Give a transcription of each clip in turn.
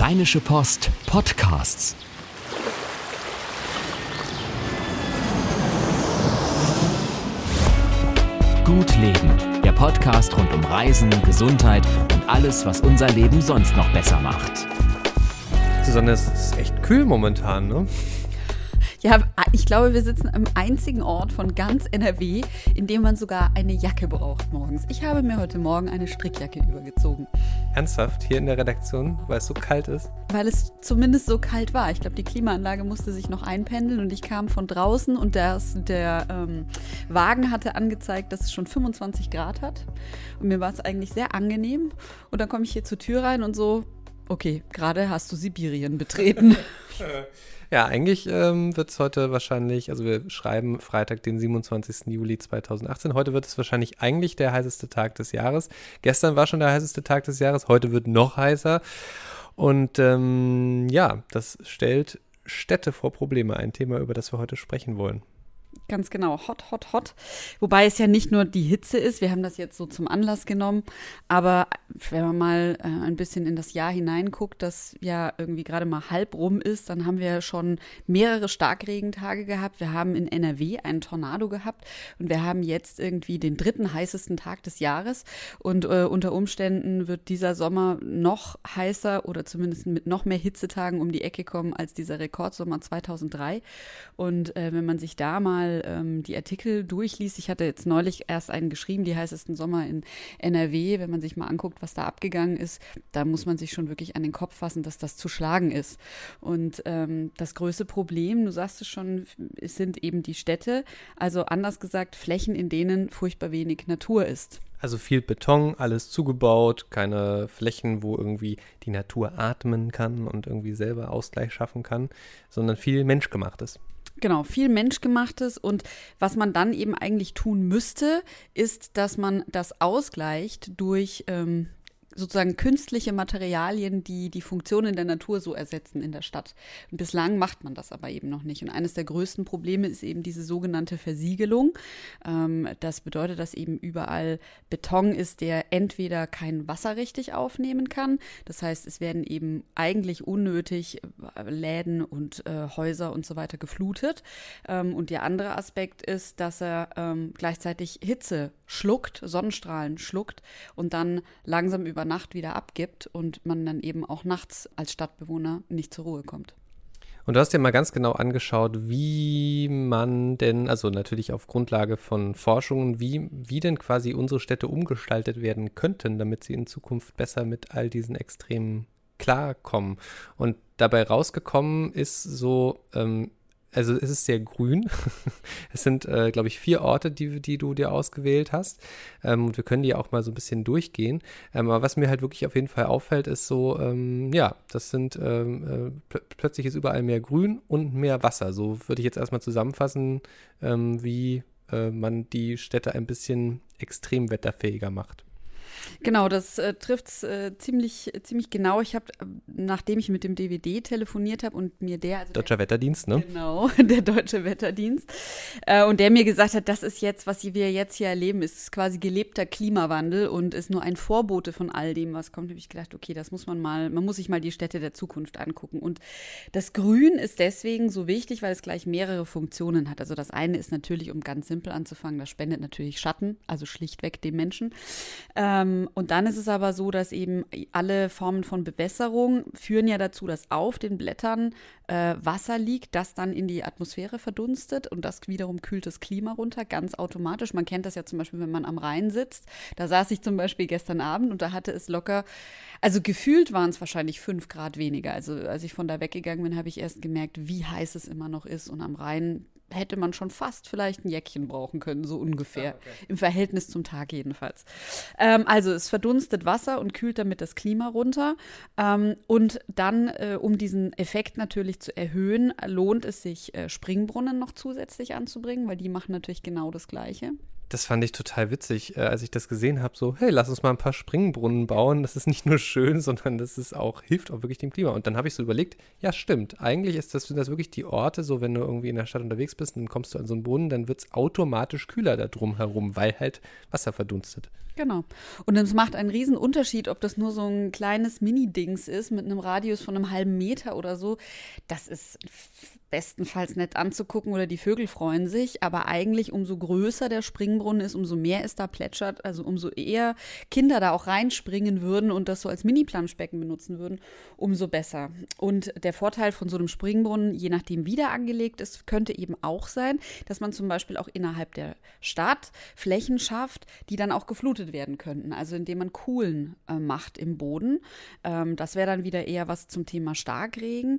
Rheinische Post Podcasts. Gut Leben, der Podcast rund um Reisen, Gesundheit und alles, was unser Leben sonst noch besser macht. Susanne, es ist echt kühl momentan, ne? Ja, ich glaube, wir sitzen am einzigen Ort von ganz NRW, in dem man sogar eine Jacke braucht morgens. Ich habe mir heute Morgen eine Strickjacke übergezogen. Ernsthaft? Hier in der Redaktion, weil es so kalt ist? Weil es zumindest so kalt war. Ich glaube, die Klimaanlage musste sich noch einpendeln und ich kam von draußen und der Wagen hatte angezeigt, dass es schon 25 Grad hat. Und mir war es eigentlich sehr angenehm. Und dann komme ich hier zur Tür rein und so, okay, gerade hast du Sibirien betreten. Ja, eigentlich wird es heute wahrscheinlich, also wir schreiben Freitag, den 27. Juli 2018. Heute wird es wahrscheinlich eigentlich der heißeste Tag des Jahres. Gestern war schon der heißeste Tag des Jahres, heute wird noch heißer. Und das stellt Städte vor Probleme, ein Thema, über das wir heute sprechen wollen. Ganz genau, hot, hot, hot. Wobei es ja nicht nur die Hitze ist, wir haben das jetzt so zum Anlass genommen, aber wenn man mal ein bisschen in das Jahr hineinguckt, das ja irgendwie gerade mal halb rum ist, dann haben wir schon mehrere Starkregentage gehabt. Wir haben in NRW einen Tornado gehabt und wir haben jetzt irgendwie den 3. heißesten Tag des Jahres und unter Umständen wird dieser Sommer noch heißer oder zumindest mit noch mehr Hitzetagen um die Ecke kommen als dieser Rekordsommer 2003. Und wenn man sich da mal die Artikel durchliest. Ich hatte jetzt neulich erst einen geschrieben, die heißesten Sommer in NRW. Wenn man sich mal anguckt, was da abgegangen ist, da muss man sich schon wirklich an den Kopf fassen, dass das zu schlagen ist. Und das größte Problem, du sagst es schon, sind eben die Städte. Also anders gesagt, Flächen, in denen furchtbar wenig Natur ist. Also viel Beton, alles zugebaut, keine Flächen, wo irgendwie die Natur atmen kann und irgendwie selber Ausgleich schaffen kann, sondern viel Menschgemachtes. Genau, viel Menschgemachtes und was man dann eben eigentlich tun müsste, ist, dass man das ausgleicht durch sozusagen künstliche Materialien, die die Funktionen der Natur so ersetzen in der Stadt. Und bislang macht man das aber eben noch nicht. Und eines der größten Probleme ist eben diese sogenannte Versiegelung. Das bedeutet, dass eben überall Beton ist, der entweder kein Wasser richtig aufnehmen kann. Das heißt, es werden eben eigentlich unnötig Läden und Häuser und so weiter geflutet. Und der andere Aspekt ist, dass er gleichzeitig Hitze schluckt, Sonnenstrahlen schluckt und dann langsam über Nacht wieder abgibt und man dann eben auch nachts als Stadtbewohner nicht zur Ruhe kommt. Und du hast dir mal ganz genau angeschaut, wie man denn, also natürlich auf Grundlage von Forschungen, wie denn quasi unsere Städte umgestaltet werden könnten, damit sie in Zukunft besser mit all diesen Extremen klarkommen. Und dabei rausgekommen ist so, also es ist sehr grün. Es sind, glaube ich, 4 Orte, die du dir ausgewählt hast. Und wir können die auch mal so ein bisschen durchgehen. Aber was mir halt wirklich auf jeden Fall auffällt, ist so, das sind, plötzlich ist überall mehr Grün und mehr Wasser. So würde ich jetzt erstmal zusammenfassen, wie man die Städte ein bisschen extremwetterfähiger macht. Genau, das trifft es ziemlich genau. Ich habe, nachdem ich mit dem DWD telefoniert habe und mir Deutscher Wetterdienst, ne? Genau, der Deutsche Wetterdienst. Und der mir gesagt hat, das ist jetzt, was wir jetzt hier erleben, ist quasi gelebter Klimawandel und ist nur ein Vorbote von all dem, was kommt. Habe ich gedacht, okay, das muss man muss sich mal die Städte der Zukunft angucken. Und das Grün ist deswegen so wichtig, weil es gleich mehrere Funktionen hat. Also das eine ist natürlich, um ganz simpel anzufangen, das spendet natürlich Schatten, also schlichtweg dem Menschen. Und dann ist es aber so, dass eben alle Formen von Bewässerung führen ja dazu, dass auf den Blättern Wasser liegt, das dann in die Atmosphäre verdunstet und das wiederum kühlt das Klima runter, ganz automatisch. Man kennt das ja zum Beispiel, wenn man am Rhein sitzt. Da saß ich zum Beispiel gestern Abend und da hatte es locker, also gefühlt waren es wahrscheinlich 5 Grad weniger. Also als ich von da weggegangen bin, habe ich erst gemerkt, wie heiß es immer noch ist und am Rhein hätte man schon fast vielleicht ein Jäckchen brauchen können, so ungefähr. Okay. Im Verhältnis zum Tag jedenfalls. Also es verdunstet Wasser und kühlt damit das Klima runter. Und dann, um diesen Effekt natürlich zu erhöhen, lohnt es sich, Springbrunnen noch zusätzlich anzubringen, weil die machen natürlich genau das Gleiche. Das fand ich total witzig, als ich das gesehen habe, so, hey, lass uns mal ein paar Springbrunnen bauen. Das ist nicht nur schön, sondern das ist auch, hilft auch wirklich dem Klima. Und dann habe ich so überlegt, ja, stimmt, eigentlich sind das wirklich die Orte, so wenn du irgendwie in der Stadt unterwegs bist und dann kommst du an so einen Brunnen, dann wird es automatisch kühler da drum herum, weil halt Wasser verdunstet. Genau. Und es macht einen riesen Unterschied, ob das nur so ein kleines Mini-Dings ist mit einem Radius von einem halben Meter oder so. Das ist bestenfalls nett anzugucken oder die Vögel freuen sich. Aber eigentlich umso größer der Springbrunnen ist, umso mehr es da plätschert, also umso eher Kinder da auch reinspringen würden und das so als Mini-Planschbecken benutzen würden, umso besser. Und der Vorteil von so einem Springbrunnen, je nachdem wie der angelegt ist, könnte eben auch sein, dass man zum Beispiel auch innerhalb der Stadt Flächen schafft, die dann auch geflutet werden könnten, also indem man Kuhlen macht im Boden. Das wäre dann wieder eher was zum Thema Starkregen,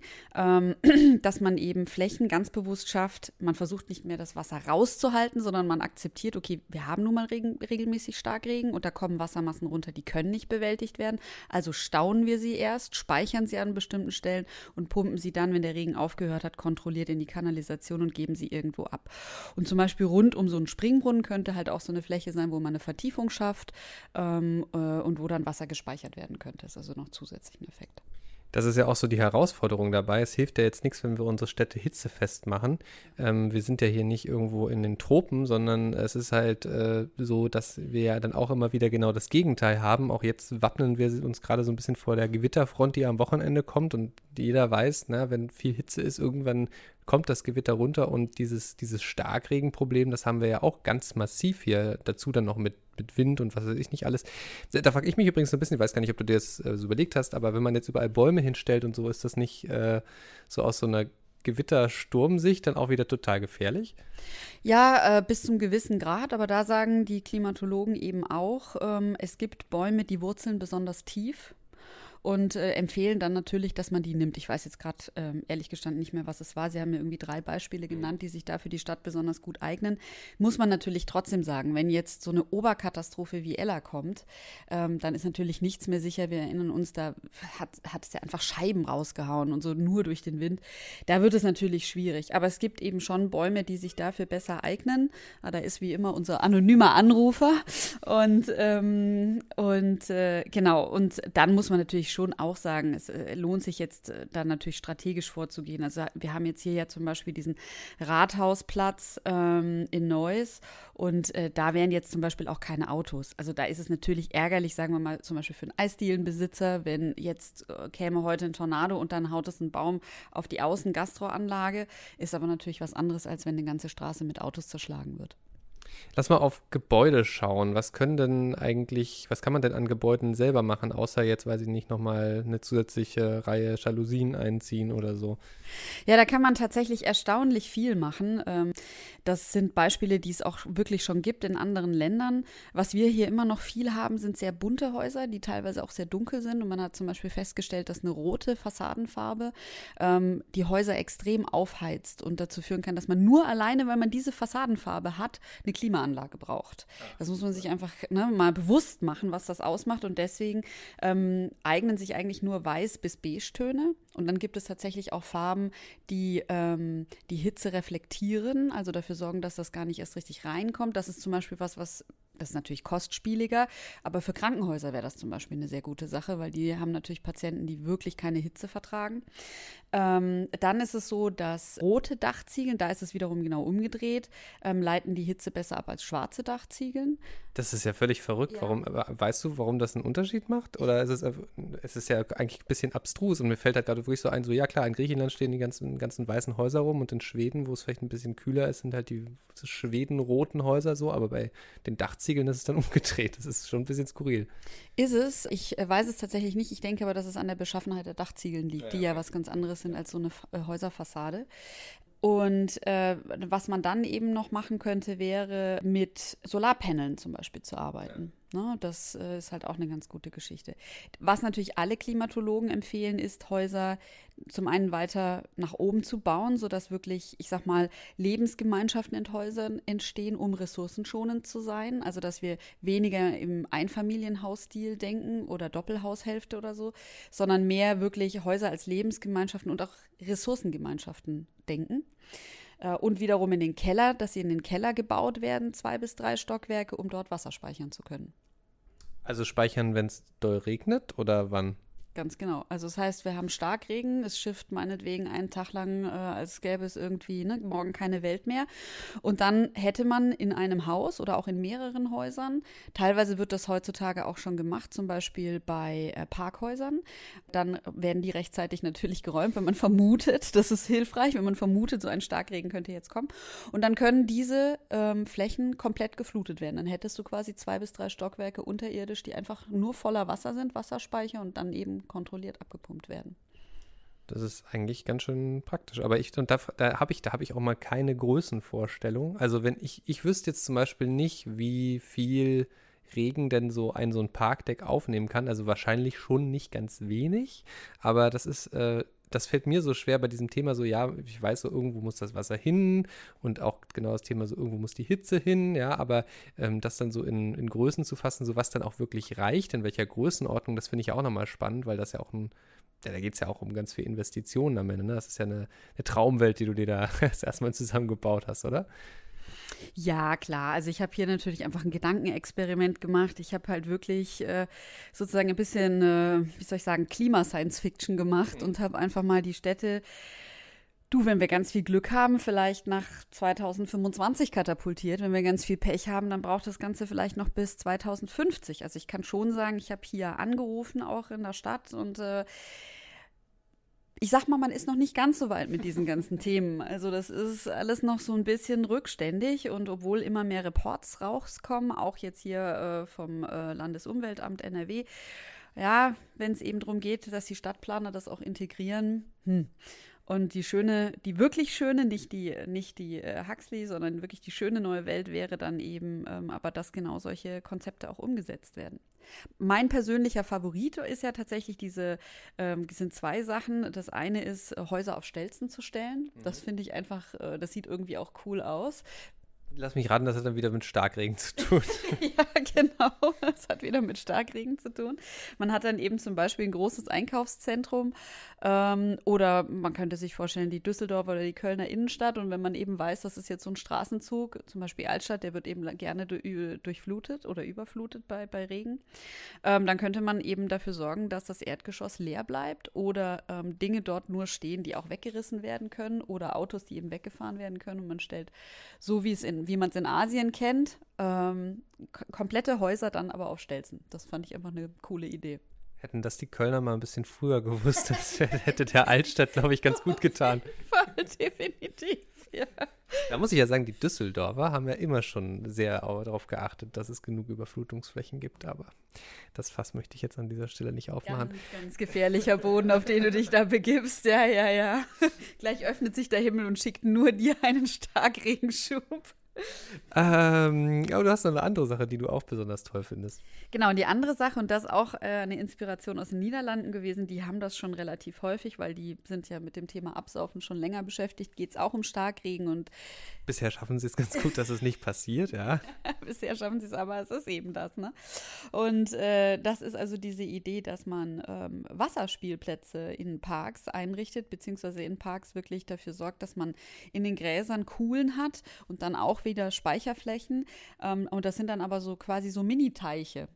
dass man eben Flächen ganz bewusst schafft. Man versucht nicht mehr das Wasser rauszuhalten, sondern man akzeptiert, okay, wir haben nun mal regelmäßig Starkregen und da kommen Wassermassen runter, die können nicht bewältigt werden. Also stauen wir sie erst, speichern sie an bestimmten Stellen und pumpen sie dann, wenn der Regen aufgehört hat, kontrolliert in die Kanalisation und geben sie irgendwo ab. Und zum Beispiel rund um so einen Springbrunnen könnte halt auch so eine Fläche sein, wo man eine Vertiefung schafft und wo dann Wasser gespeichert werden könnte. Das ist also noch zusätzlich ein Effekt. Das ist ja auch so die Herausforderung dabei. Es hilft ja jetzt nichts, wenn wir unsere Städte hitzefest machen. Wir sind ja hier nicht irgendwo in den Tropen, sondern es ist halt so, dass wir ja dann auch immer wieder genau das Gegenteil haben. Auch jetzt wappnen wir uns gerade so ein bisschen vor der Gewitterfront, die am Wochenende kommt. Und jeder weiß, na, wenn viel Hitze ist, irgendwann kommt das Gewitter runter. Und dieses Starkregenproblem, das haben wir ja auch ganz massiv hier. Dazu dann noch mit Wind und was weiß ich nicht alles. Da frage ich mich übrigens ein bisschen, ich weiß gar nicht, ob du dir das so überlegt hast, aber wenn man jetzt überall Bäume hinstellt und so, ist das nicht so aus so einer Gewittersturmsicht dann auch wieder total gefährlich? Ja, bis zum gewissen Grad, aber da sagen die Klimatologen eben auch, es gibt Bäume, die wurzeln besonders tief. Und empfehlen dann natürlich, dass man die nimmt. Ich weiß jetzt gerade ehrlich gestanden nicht mehr, was es war. Sie haben mir irgendwie 3 Beispiele genannt, die sich da für die Stadt besonders gut eignen. Muss man natürlich trotzdem sagen, wenn jetzt so eine Oberkatastrophe wie Ella kommt, dann ist natürlich nichts mehr sicher. Wir erinnern uns, da hat es ja einfach Scheiben rausgehauen und so nur durch den Wind. Da wird es natürlich schwierig. Aber es gibt eben schon Bäume, die sich dafür besser eignen. Da ist wie immer unser anonymer Anrufer. Und genau, und dann muss man natürlich schon auch sagen, es lohnt sich jetzt dann natürlich strategisch vorzugehen. Also wir haben jetzt hier ja zum Beispiel diesen Rathausplatz in Neuss und da wären jetzt zum Beispiel auch keine Autos. Also da ist es natürlich ärgerlich, sagen wir mal zum Beispiel für einen Eisdielenbesitzer, wenn jetzt käme heute ein Tornado und dann haut es einen Baum auf die Außengastroanlage, ist aber natürlich was anderes, als wenn eine ganze Straße mit Autos zerschlagen wird. Lass mal auf Gebäude schauen. Was kann man denn an Gebäuden selber machen, außer jetzt, weiß ich nicht, nochmal eine zusätzliche Reihe Jalousien einziehen oder so? Ja, da kann man tatsächlich erstaunlich viel machen. Das sind Beispiele, die es auch wirklich schon gibt in anderen Ländern. Was wir hier immer noch viel haben, sind sehr bunte Häuser, die teilweise auch sehr dunkel sind. Und man hat zum Beispiel festgestellt, dass eine rote Fassadenfarbe die Häuser extrem aufheizt und dazu führen kann, dass man nur alleine, weil man diese Fassadenfarbe hat, eine Klimaanlage braucht. Das muss man sich einfach mal bewusst machen, was das ausmacht. Und deswegen eignen sich eigentlich nur Weiß- bis Beige-Töne. Und dann gibt es tatsächlich auch Farben, die die Hitze reflektieren, also dafür sorgen, dass das gar nicht erst richtig reinkommt. Das ist zum Beispiel was das ist natürlich kostspieliger, aber für Krankenhäuser wäre das zum Beispiel eine sehr gute Sache, weil die haben natürlich Patienten, die wirklich keine Hitze vertragen. Dann ist es so, dass rote Dachziegeln, da ist es wiederum genau umgedreht, leiten die Hitze besser ab als schwarze Dachziegeln. Das ist ja völlig verrückt. Ja. Weißt du, warum das einen Unterschied macht? Oder es ist ja eigentlich ein bisschen abstrus und mir fällt halt gerade wirklich so ein, so ja klar, in Griechenland stehen die ganzen weißen Häuser rum und in Schweden, wo es vielleicht ein bisschen kühler ist, sind halt die schwedenroten Häuser so, aber bei den Dachziegeln ist es dann umgedreht. Das ist schon ein bisschen skurril. Ist es? Ich weiß es tatsächlich nicht. Ich denke aber, dass es an der Beschaffenheit der Dachziegeln liegt, die ja was ganz anderes sind als so eine Häuserfassade. Und was man dann eben noch machen könnte, wäre mit Solarpaneln zum Beispiel zu arbeiten. Ne, das ist halt auch eine ganz gute Geschichte. Was natürlich alle Klimatologen empfehlen, ist, Häuser zum einen weiter nach oben zu bauen, sodass wirklich, ich sag mal, Lebensgemeinschaften in Häusern entstehen, um ressourcenschonend zu sein. Also, dass wir weniger im Einfamilienhausstil denken oder Doppelhaushälfte oder so, sondern mehr wirklich Häuser als Lebensgemeinschaften und auch Ressourcengemeinschaften denken. Und wiederum in den Keller, dass sie in den Keller gebaut werden, 2 bis 3 Stockwerke, um dort Wasser speichern zu können. Also speichern, wenn es doll regnet oder wann? Ganz genau. Also das heißt, wir haben Starkregen, es schifft meinetwegen einen Tag lang, als gäbe es irgendwie morgen keine Welt mehr. Und dann hätte man in einem Haus oder auch in mehreren Häusern, teilweise wird das heutzutage auch schon gemacht, zum Beispiel bei Parkhäusern, dann werden die rechtzeitig natürlich geräumt, wenn man vermutet, das ist hilfreich, wenn man vermutet, so ein Starkregen könnte jetzt kommen. Und dann können diese Flächen komplett geflutet werden. Dann hättest du quasi 2 bis 3 Stockwerke unterirdisch, die einfach nur voller Wasser sind, Wasserspeicher und dann eben kontrolliert abgepumpt werden. Das ist eigentlich ganz schön praktisch. Aber da habe ich auch mal keine Größenvorstellung. Also wenn ich wüsste jetzt zum Beispiel nicht, wie viel Regen denn so ein Parkdeck aufnehmen kann. Also wahrscheinlich schon nicht ganz wenig. Aber das fällt mir so schwer bei diesem Thema so, ja, ich weiß so, irgendwo muss das Wasser hin und auch genau das Thema so, irgendwo muss die Hitze hin, ja, aber das dann so in Größen zu fassen, so was dann auch wirklich reicht, in welcher Größenordnung, das finde ich ja auch nochmal spannend, weil das ja auch da geht es ja auch um ganz viel Investitionen am Ende, ne? Das ist ja eine Traumwelt, die du dir da erst erstmal zusammengebaut hast, oder? Ja, klar. Also ich habe hier natürlich einfach ein Gedankenexperiment gemacht. Ich habe halt wirklich sozusagen ein bisschen, wie soll ich sagen, Klima-Science-Fiction gemacht und habe einfach mal die Städte, wenn wir ganz viel Glück haben, vielleicht nach 2025 katapultiert. Wenn wir ganz viel Pech haben, dann braucht das Ganze vielleicht noch bis 2050. Also ich kann schon sagen, ich habe hier angerufen, auch in der Stadt und ich sag mal, man ist noch nicht ganz so weit mit diesen ganzen Themen. Also das ist alles noch so ein bisschen rückständig und obwohl immer mehr Reports rauskommen, auch jetzt hier vom Landesumweltamt NRW, ja, wenn es eben darum geht, dass die Stadtplaner das auch integrieren, Und die wirklich schöne, nicht die Huxley, sondern wirklich die schöne neue Welt wäre dann eben, aber dass genau solche Konzepte auch umgesetzt werden. Mein persönlicher Favorit ist ja tatsächlich sind 2 Sachen. Das eine ist, Häuser auf Stelzen zu stellen. Das finde ich einfach, das sieht irgendwie auch cool aus. Lass mich raten, das hat dann wieder mit Starkregen zu tun. Ja, genau. Das hat wieder mit Starkregen zu tun. Man hat dann eben zum Beispiel ein großes Einkaufszentrum oder man könnte sich vorstellen, die Düsseldorfer oder die Kölner Innenstadt. Und wenn man eben weiß, das ist jetzt so ein Straßenzug, zum Beispiel Altstadt, der wird eben gerne durchflutet oder überflutet bei Regen, dann könnte man eben dafür sorgen, dass das Erdgeschoss leer bleibt oder Dinge dort nur stehen, die auch weggerissen werden können oder Autos, die eben weggefahren werden können. Und man stellt, so wie man es in Asien kennt, komplette Häuser dann aber auf Stelzen. Das fand ich einfach eine coole Idee. Hätten das die Kölner mal ein bisschen früher gewusst, das hätte der Altstadt, glaube ich, ganz gut getan. Voll, definitiv, ja. Da muss ich ja sagen, die Düsseldorfer haben ja immer schon sehr darauf geachtet, dass es genug Überflutungsflächen gibt, aber das Fass möchte ich jetzt an dieser Stelle nicht aufmachen. Ganz, ganz gefährlicher Boden, auf den du dich da begibst, ja. Gleich öffnet sich der Himmel und schickt nur dir einen Starkregenschub. Aber du hast noch eine andere Sache, die du auch besonders toll findest. Genau, und die andere Sache, und das ist auch eine Inspiration aus den Niederlanden gewesen, die haben das schon relativ häufig, weil die sind ja mit dem Thema Absaufen schon länger beschäftigt, geht es auch um Starkregen und bisher schaffen sie es ganz gut, dass es nicht passiert, ja. Bisher schaffen sie es, aber es ist eben das, ne? Und das ist also diese Idee, dass man Wasserspielplätze in Parks einrichtet, beziehungsweise in Parks wirklich dafür sorgt, dass man in den Gräsern Kuhlen hat und dann auch wieder Speicherflächen. Und das sind dann aber so quasi so Mini-Teiche.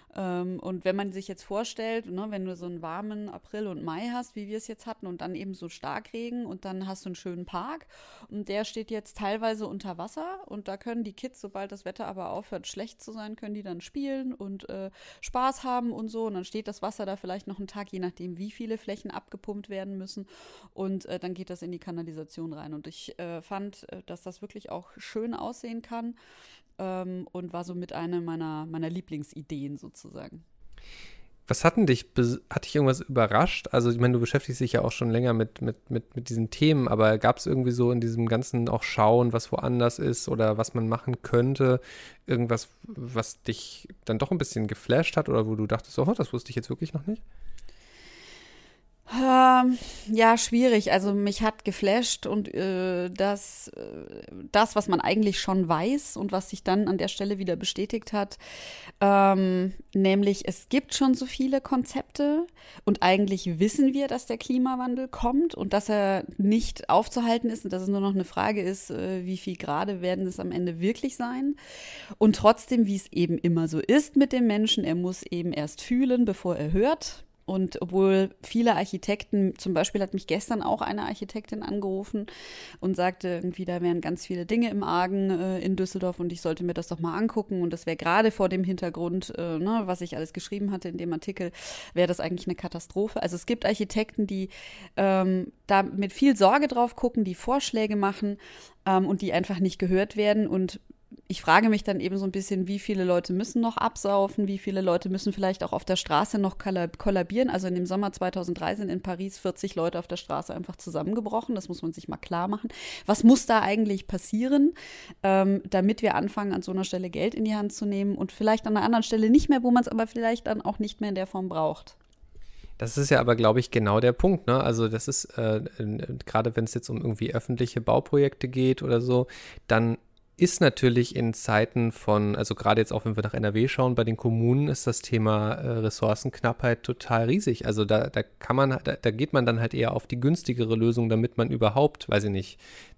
Und wenn man sich jetzt vorstellt, ne, wenn du so einen warmen April und Mai hast, wie wir es jetzt hatten, und dann eben so Starkregen und dann hast du einen schönen Park und der steht jetzt teilweise unter Wasser und da können die Kids, sobald das Wetter aber aufhört, schlecht zu sein, können die dann spielen und Spaß haben und so und dann steht das Wasser da vielleicht noch einen Tag, je nachdem, wie viele Flächen abgepumpt werden müssen und dann geht das in die Kanalisation rein und ich fand, dass das wirklich auch schön aussehen kann. Und war so mit einer meiner Lieblingsideen sozusagen. Was hat dich irgendwas überrascht? Also ich meine, du beschäftigst dich ja auch schon länger mit diesen Themen, aber gab es irgendwie so in diesem ganzen auch Schauen, was woanders ist oder was man machen könnte, irgendwas, was dich dann doch ein bisschen geflasht hat oder wo du dachtest, oh, das wusste ich jetzt wirklich noch nicht? Ja, schwierig. Also mich hat geflasht und das, was man eigentlich schon weiß und was sich dann an der Stelle wieder bestätigt hat, nämlich es gibt schon so viele Konzepte und eigentlich wissen wir, dass der Klimawandel kommt und dass er nicht aufzuhalten ist und dass es nur noch eine Frage ist, wie viel Grade werden es am Ende wirklich sein. Und trotzdem, wie es eben immer so ist mit dem Menschen, er muss eben erst fühlen, bevor er hört. Und obwohl viele Architekten, zum Beispiel hat mich gestern auch eine Architektin angerufen und sagte irgendwie, da wären ganz viele Dinge im Argen in Düsseldorf und ich sollte mir das doch mal angucken. Und das wäre gerade vor dem Hintergrund, was ich alles geschrieben hatte in dem Artikel, wäre das eigentlich eine Katastrophe. Also es gibt Architekten, die da mit viel Sorge drauf gucken, die Vorschläge machen und die einfach nicht gehört werden. Und ich frage mich dann eben so ein bisschen, wie viele Leute müssen noch absaufen, wie viele Leute müssen vielleicht auch auf der Straße noch kollabieren. Also in dem Sommer 2003 sind in Paris 40 Leute auf der Straße einfach zusammengebrochen. Das muss man sich mal klar machen. Was muss da eigentlich passieren, damit wir anfangen, an so einer Stelle Geld in die Hand zu nehmen und vielleicht an einer anderen Stelle nicht mehr, wo man es aber vielleicht dann auch nicht mehr in der Form braucht? Das ist ja aber, glaube ich, genau der Punkt, ne? Also das ist, gerade wenn es jetzt um irgendwie öffentliche Bauprojekte geht oder so, dann ist natürlich in Zeiten von, also gerade jetzt auch, wenn wir nach NRW schauen, bei den Kommunen ist das Thema Ressourcenknappheit total riesig. Also da geht man dann halt eher auf die günstigere Lösung, damit man überhaupt, weiß ich nicht,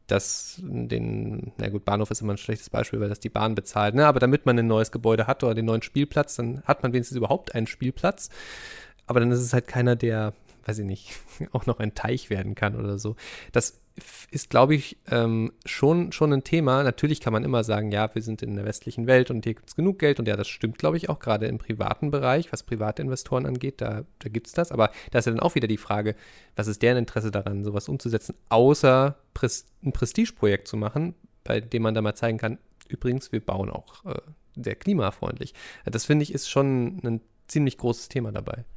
Bahnhof ist immer ein schlechtes Beispiel, weil das die Bahn bezahlt, ne? Aber damit man ein neues Gebäude hat oder den neuen Spielplatz, dann hat man wenigstens überhaupt einen Spielplatz. Aber dann ist es halt keiner, der, weiß ich nicht, auch noch ein Teich werden kann oder so. Das ist, glaube ich, schon ein Thema. Natürlich kann man immer sagen, ja, wir sind in der westlichen Welt und hier gibt es genug Geld. Und ja, das stimmt, glaube ich, auch gerade im privaten Bereich, was private Investoren angeht, da gibt es das. Aber da ist ja dann auch wieder die Frage, was ist deren Interesse daran, sowas umzusetzen, außer ein Prestigeprojekt zu machen, bei dem man dann mal zeigen kann, übrigens, wir bauen auch sehr klimafreundlich. Das, finde ich, ist schon ein ziemlich großes Thema dabei.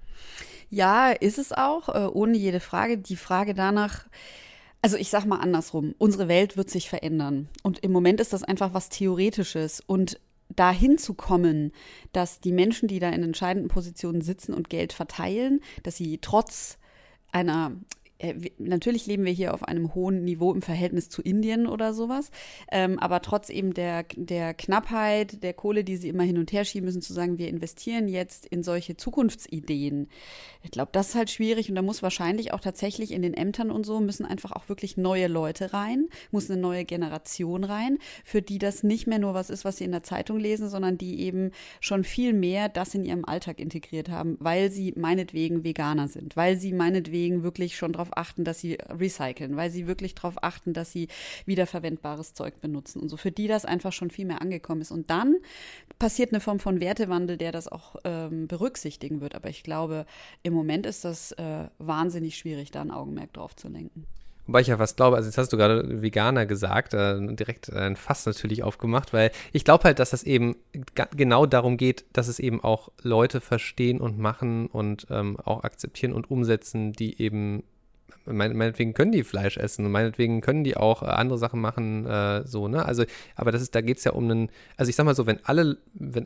Ja, ist es auch, ohne jede Frage. Die Frage danach, also ich sag mal andersrum, unsere Welt wird sich verändern. Und im Moment ist das einfach was Theoretisches. Und dahin zu kommen, dass die Menschen, die da in entscheidenden Positionen sitzen und Geld verteilen, dass sie trotz einer natürlich leben wir hier auf einem hohen Niveau im Verhältnis zu Indien oder sowas, aber trotz eben der Knappheit, der Kohle, die sie immer hin und her schieben müssen, zu sagen, wir investieren jetzt in solche Zukunftsideen. Ich glaube, das ist halt schwierig und da muss wahrscheinlich auch tatsächlich in den Ämtern und so müssen einfach auch wirklich neue Leute rein, muss eine neue Generation rein, für die das nicht mehr nur was ist, was sie in der Zeitung lesen, sondern die eben schon viel mehr das in ihrem Alltag integriert haben, weil sie meinetwegen Veganer sind, weil sie meinetwegen wirklich schon darauf achten, dass sie recyceln, weil sie wirklich darauf achten, dass sie wiederverwendbares Zeug benutzen und so, für die das einfach schon viel mehr angekommen ist. Und dann passiert eine Form von Wertewandel, der das auch berücksichtigen wird. Aber ich glaube, im Moment ist das wahnsinnig schwierig, da ein Augenmerk drauf zu lenken. Wobei ich ja fast glaube, also jetzt hast du gerade Veganer gesagt, direkt ein Fass natürlich aufgemacht, weil ich glaube halt, dass das eben genau darum geht, dass es eben auch Leute verstehen und machen und auch akzeptieren und umsetzen, die eben meinetwegen können die Fleisch essen und meinetwegen können die auch andere Sachen machen, so, ne? Also, aber da geht es ja um also ich sag mal so, wenn alle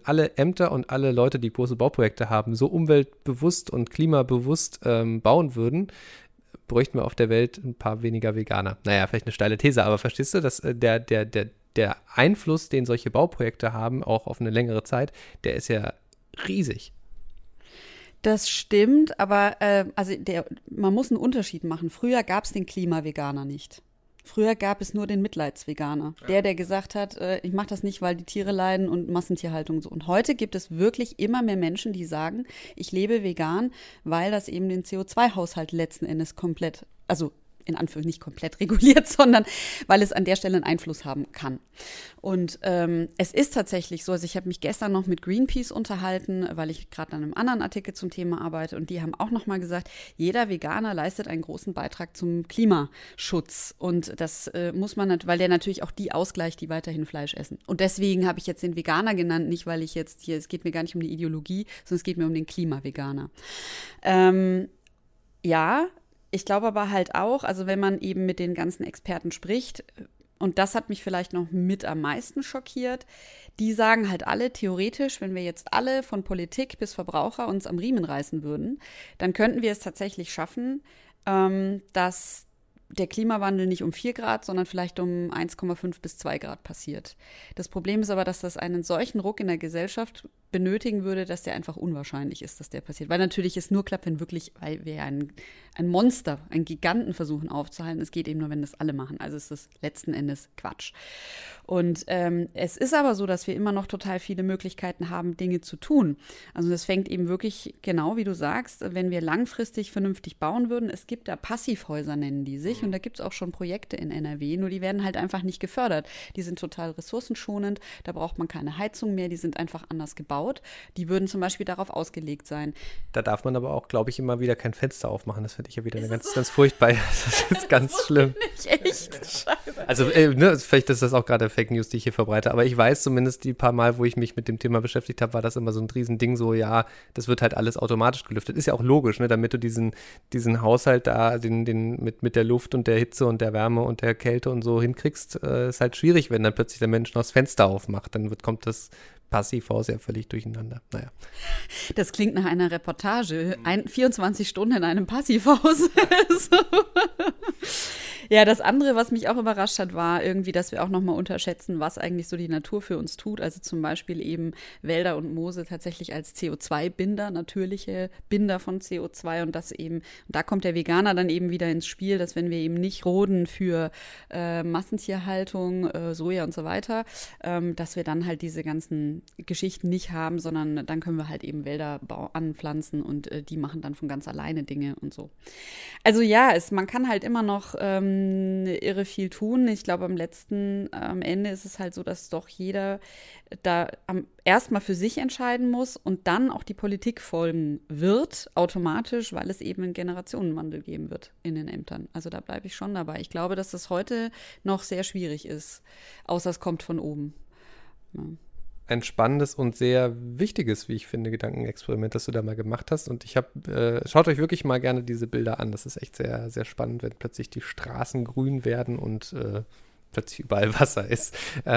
Ämter und alle Leute, die große Bauprojekte haben, so umweltbewusst und klimabewusst bauen würden, bräuchten wir auf der Welt ein paar weniger Veganer. Naja, vielleicht eine steile These, aber verstehst du, dass der Einfluss, den solche Bauprojekte haben, auch auf eine längere Zeit, der ist ja riesig. Das stimmt, aber man muss einen Unterschied machen. Früher gab es den Klimaveganer nicht. Früher gab es nur den Mitleidsveganer. Der gesagt hat, ich mache das nicht, weil die Tiere leiden und Massentierhaltung und so. Und heute gibt es wirklich immer mehr Menschen, die sagen, ich lebe vegan, weil das eben den CO2-Haushalt letzten Endes komplett, also in Anführungszeichen nicht komplett reguliert, sondern weil es an der Stelle einen Einfluss haben kann. Und es ist tatsächlich so, also ich habe mich gestern noch mit Greenpeace unterhalten, weil ich gerade an einem anderen Artikel zum Thema arbeite und die haben auch noch mal gesagt, jeder Veganer leistet einen großen Beitrag zum Klimaschutz und das muss man, weil der natürlich auch die ausgleicht, die weiterhin Fleisch essen. Und deswegen habe ich jetzt den Veganer genannt, nicht weil ich jetzt hier, es geht mir gar nicht um die Ideologie, sondern es geht mir um den Klimaveganer. Ja, ich glaube aber halt auch, also wenn man eben mit den ganzen Experten spricht, und das hat mich vielleicht noch mit am meisten schockiert, die sagen halt alle, theoretisch, wenn wir jetzt alle von Politik bis Verbraucher uns am Riemen reißen würden, dann könnten wir es tatsächlich schaffen, dass der Klimawandel nicht um 4 Grad, sondern vielleicht um 1,5 bis 2 Grad passiert. Das Problem ist aber, dass das einen solchen Ruck in der Gesellschaft benötigen würde, dass der einfach unwahrscheinlich ist, dass der passiert. Weil natürlich es nur klappt, wenn wirklich, weil wir ein Monster, einen Giganten versuchen aufzuhalten. Es geht eben nur, wenn das alle machen. Also ist das letzten Endes Quatsch. Und es ist aber so, dass wir immer noch total viele Möglichkeiten haben, Dinge zu tun. Also das fängt eben wirklich, genau wie du sagst, wenn wir langfristig vernünftig bauen würden. Es gibt da Passivhäuser, nennen die sich. Und da gibt es auch schon Projekte in NRW, nur die werden halt einfach nicht gefördert. Die sind total ressourcenschonend, da braucht man keine Heizung mehr, die sind einfach anders gebaut. Die würden zum Beispiel darauf ausgelegt sein. Da darf man aber auch, glaube ich, immer wieder kein Fenster aufmachen. Das finde ich ja wieder ganz furchtbar. Das ist ganz schlimm. Nicht echt scheiße. Also vielleicht ist das auch gerade Fake News, die ich hier verbreite, aber ich weiß zumindest, die paar Mal, wo ich mich mit dem Thema beschäftigt habe, war das immer so ein Riesending, so ja, das wird halt alles automatisch gelüftet. Ist ja auch logisch, ne, damit du diesen Haushalt da mit der Luft und der Hitze und der Wärme und der Kälte und so hinkriegst, ist halt schwierig, wenn dann plötzlich der Mensch noch das Fenster aufmacht. Dann kommt das Passivhaus ja völlig durcheinander. Naja. Das klingt nach einer Reportage. 24 Stunden in einem Passivhaus. Ja, das andere, was mich auch überrascht hat, war irgendwie, dass wir auch nochmal unterschätzen, was eigentlich so die Natur für uns tut. Also zum Beispiel eben Wälder und Moose tatsächlich als CO2-Binder, natürliche Binder von CO2 und das eben, da kommt der Veganer dann eben wieder ins Spiel, dass wenn wir eben nicht roden für Massentierhaltung, Soja und so weiter, dass wir dann halt diese ganzen Geschichten nicht haben, sondern dann können wir halt eben Wälder anpflanzen und die machen dann von ganz alleine Dinge und so. Also ja, man kann halt immer noch irre viel tun. Ich glaube, am Ende ist es halt so, dass doch jeder da erstmal für sich entscheiden muss und dann auch die Politik folgen wird, automatisch, weil es eben einen Generationenwandel geben wird in den Ämtern. Also da bleibe ich schon dabei. Ich glaube, dass das heute noch sehr schwierig ist, außer es kommt von oben. Ja. Ein spannendes und sehr wichtiges, wie ich finde, Gedankenexperiment, das du da mal gemacht hast. Und schaut euch wirklich mal gerne diese Bilder an. Das ist echt sehr, sehr spannend, wenn plötzlich die Straßen grün werden und plötzlich überall Wasser ist.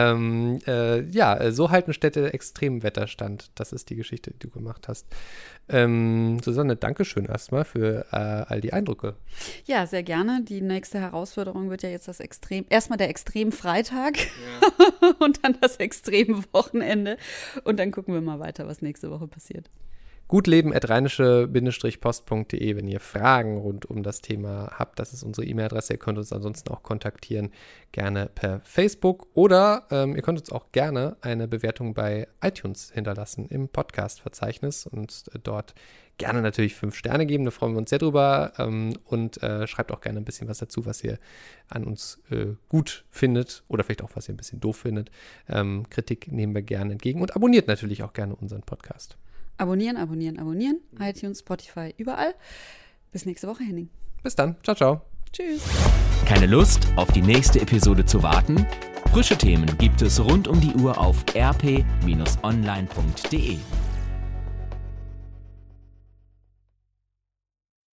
So halten Städte extremen Wetterstand. Das ist die Geschichte, die du gemacht hast. Susanne, danke schön erstmal für all die Eindrücke. Ja, sehr gerne. Die nächste Herausforderung wird ja jetzt erstmal der Extremfreitag und dann das Extremwochenende. Und dann gucken wir mal weiter, was nächste Woche passiert. gutleben@rheinische-post.de, wenn ihr Fragen rund um das Thema habt. Das ist unsere E-Mail-Adresse. Ihr könnt uns ansonsten auch kontaktieren, gerne per Facebook. Oder ihr könnt uns auch gerne eine Bewertung bei iTunes hinterlassen im Podcast-Verzeichnis und dort gerne natürlich 5 Sterne geben. Da freuen wir uns sehr drüber. Und schreibt auch gerne ein bisschen was dazu, was ihr an uns gut findet oder vielleicht auch, was ihr ein bisschen doof findet. Kritik nehmen wir gerne entgegen und abonniert natürlich auch gerne unseren Podcast. Abonnieren. iTunes, Spotify, überall. Bis nächste Woche, Henning. Bis dann. Ciao, ciao. Tschüss. Keine Lust, auf die nächste Episode zu warten? Frische Themen gibt es rund um die Uhr auf rp-online.de.